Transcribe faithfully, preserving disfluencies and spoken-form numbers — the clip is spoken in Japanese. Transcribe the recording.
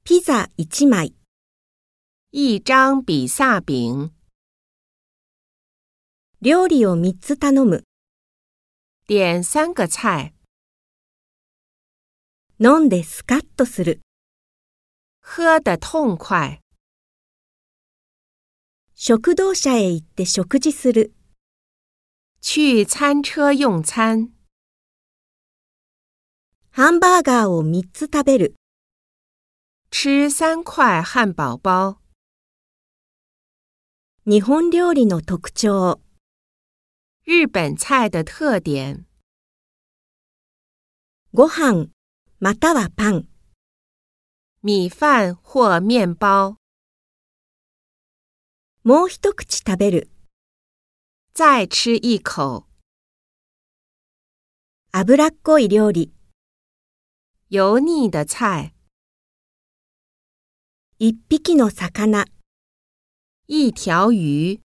ピザいちまい。 一张比萨饼。 料理をみっつ頼む。 点三个菜。 飲んでスカッとする。 喝得痛快。 食堂車へ行って食事する。 去餐车用餐。 ハンバーガーをみっつ食べる。 吃三块汉堡包。 日本料理の特徴。 日本菜的特点。 ご飯またはパン。 米饭或面包。 もう一口食べる。 再吃一口。 脂っこい料理。 油腻的菜。 一匹の魚。 一条鱼。